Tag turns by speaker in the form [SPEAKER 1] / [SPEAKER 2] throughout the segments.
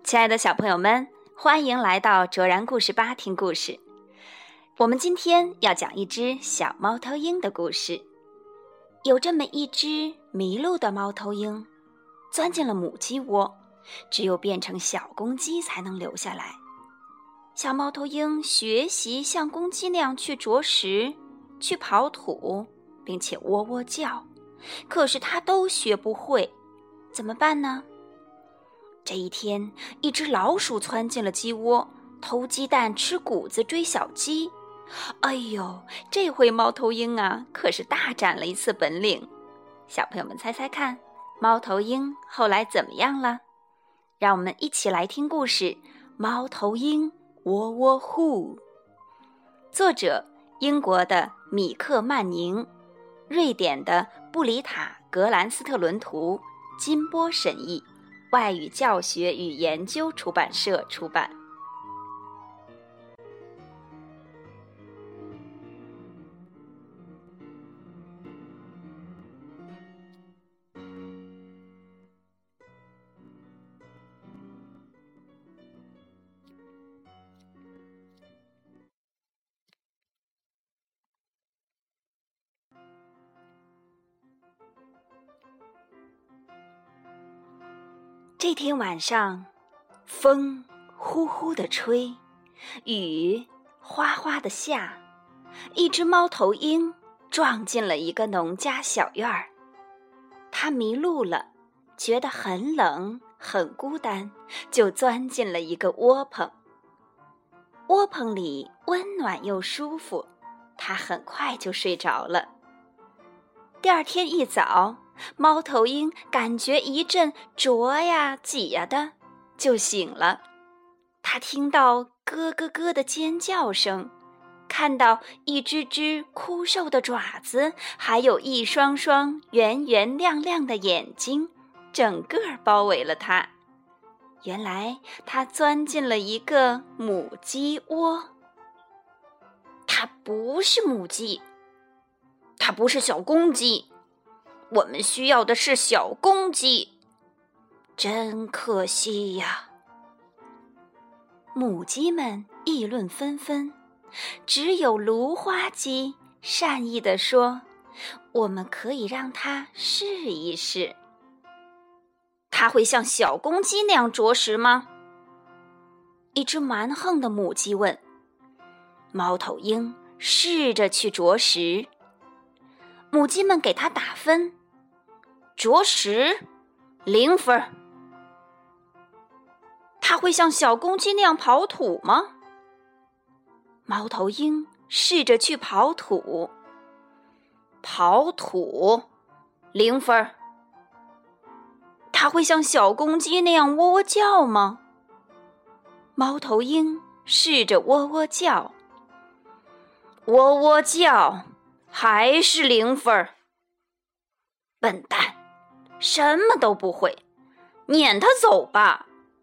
[SPEAKER 1] 亲爱的小朋友们，欢迎来到卓然故事吧听故事。我们今天要讲一只小猫头鹰的故事。有这么一只迷路的猫头鹰，钻进了母鸡窝，只有变成小公鸡才能留下来。小猫头鹰学习像公鸡那样去啄食，去刨土，并且喔喔叫，可是它都学不会，怎么办呢？这一天，一只老鼠窜进了鸡窝，偷鸡蛋吃谷子追小鸡。哎呦，这回猫头鹰啊，可是大展了一次本领。小朋友们猜猜看，猫头鹰后来怎么样了？让我们一起来听故事《猫头鹰喔喔呼》。作者英国的米克曼宁，瑞典的布里塔格兰斯特伦图，金波审译，外语教学与研究出版社出版。这天晚上，风呼呼地吹，雨哗哗地下，一只猫头鹰撞进了一个农家小院儿。它迷路了，觉得很冷很孤单，就钻进了一个窝棚。窝棚里温暖又舒服，它很快就睡着了。第二天一早，猫头鹰感觉一阵啄呀挤呀的，就醒了。它听到咯咯咯的尖叫声，看到一只只枯瘦的爪子，还有一双双圆圆亮亮的眼睛，整个包围了它。原来它钻进了一个母鸡窝。它不是母鸡，它不是小公鸡，我们需要的是小公鸡，真可惜呀！母鸡们议论纷纷，只有芦花鸡善意地说：“我们可以让它试一试。”它会像小公鸡那样啄食吗？一只蛮横的母鸡问。猫头鹰试着去啄食，母鸡们给它打分，啄食0分。它会像小公鸡那样刨土吗？猫头鹰试着去刨土，刨土0分。它会像小公鸡那样喔喔叫吗？猫头鹰试着喔喔叫，喔喔叫还是0分。笨蛋，什么都不会，撵他走吧。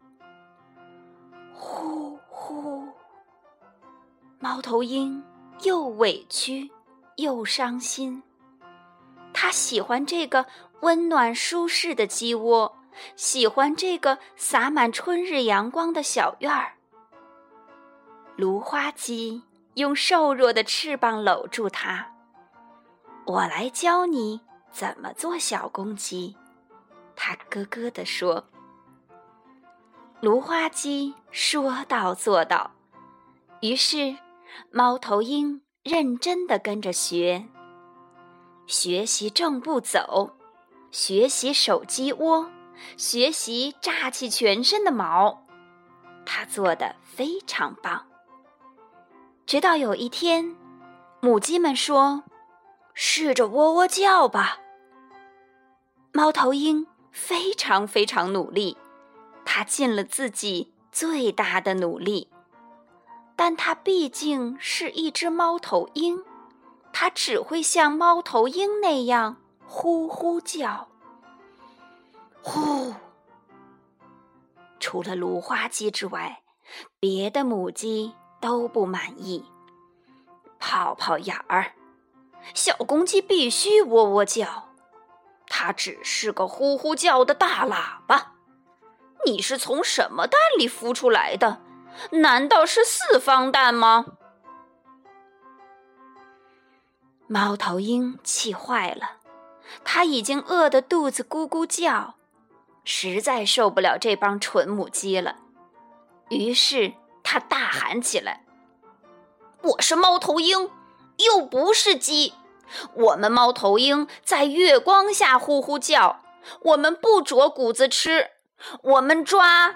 [SPEAKER 1] 呼呼，猫头鹰又委屈又伤心。它喜欢这个温暖舒适的鸡窝，喜欢这个洒满春日阳光的小院儿。芦花鸡用瘦弱的翅膀搂住它，我来教你怎么做小公鸡，它咯咯地说。芦花鸡说到做到，于是猫头鹰认真地跟着学习正步走，学习手鸡窝，学习炸起全身的毛。它做得非常棒。直到有一天，母鸡们说：“试着喔喔叫吧。”猫头鹰非常非常努力，它尽了自己最大的努力，但它毕竟是一只猫头鹰，它只会像猫头鹰那样呼呼叫。呼！除了芦花鸡之外，别的母鸡都不满意。泡泡眼儿，小公鸡必须喔喔叫，它只是个呼呼叫的大喇叭。 你是从什么蛋里孵出来的？难道是四方蛋吗？猫头鹰气坏了，它已经饿得肚子咕咕叫，实在受不了这帮蠢母鸡了。于是它大喊起来：我是猫头鹰，又不是鸡。我们猫头鹰在月光下呼呼叫，我们不啄谷子吃，我们抓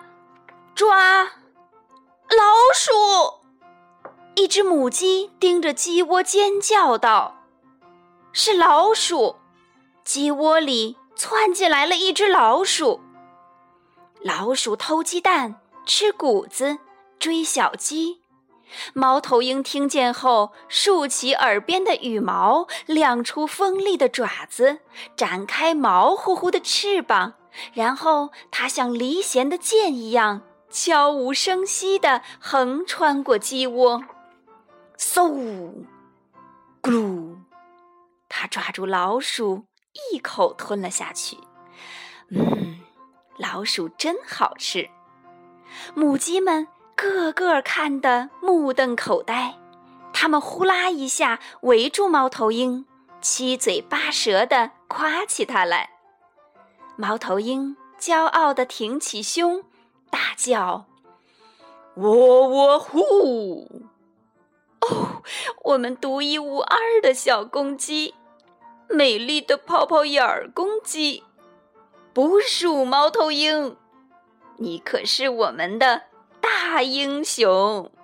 [SPEAKER 1] 老鼠。一只母鸡盯着鸡窝尖叫道：是老鼠！鸡窝里窜进来了一只老鼠。老鼠偷鸡蛋，吃谷子，追小鸡。猫头鹰听见后，竖起耳边的羽毛，亮出锋利的爪子，展开毛乎乎的翅膀，然后它像离弦的箭一样，悄无声息地横穿过鸡窝。嗖，咕噜，它抓住老鼠，一口吞了下去。老鼠真好吃。母鸡们个个看得目瞪口呆，它们呼啦一下围住猫头鹰，七嘴八舌地夸起它来。猫头鹰骄傲地挺起胸，大叫：喔喔呼！哦，我们独一无二的小公鸡，美丽的泡泡眼儿公鸡，捕鼠猫头鹰，你可是我们的大英雄。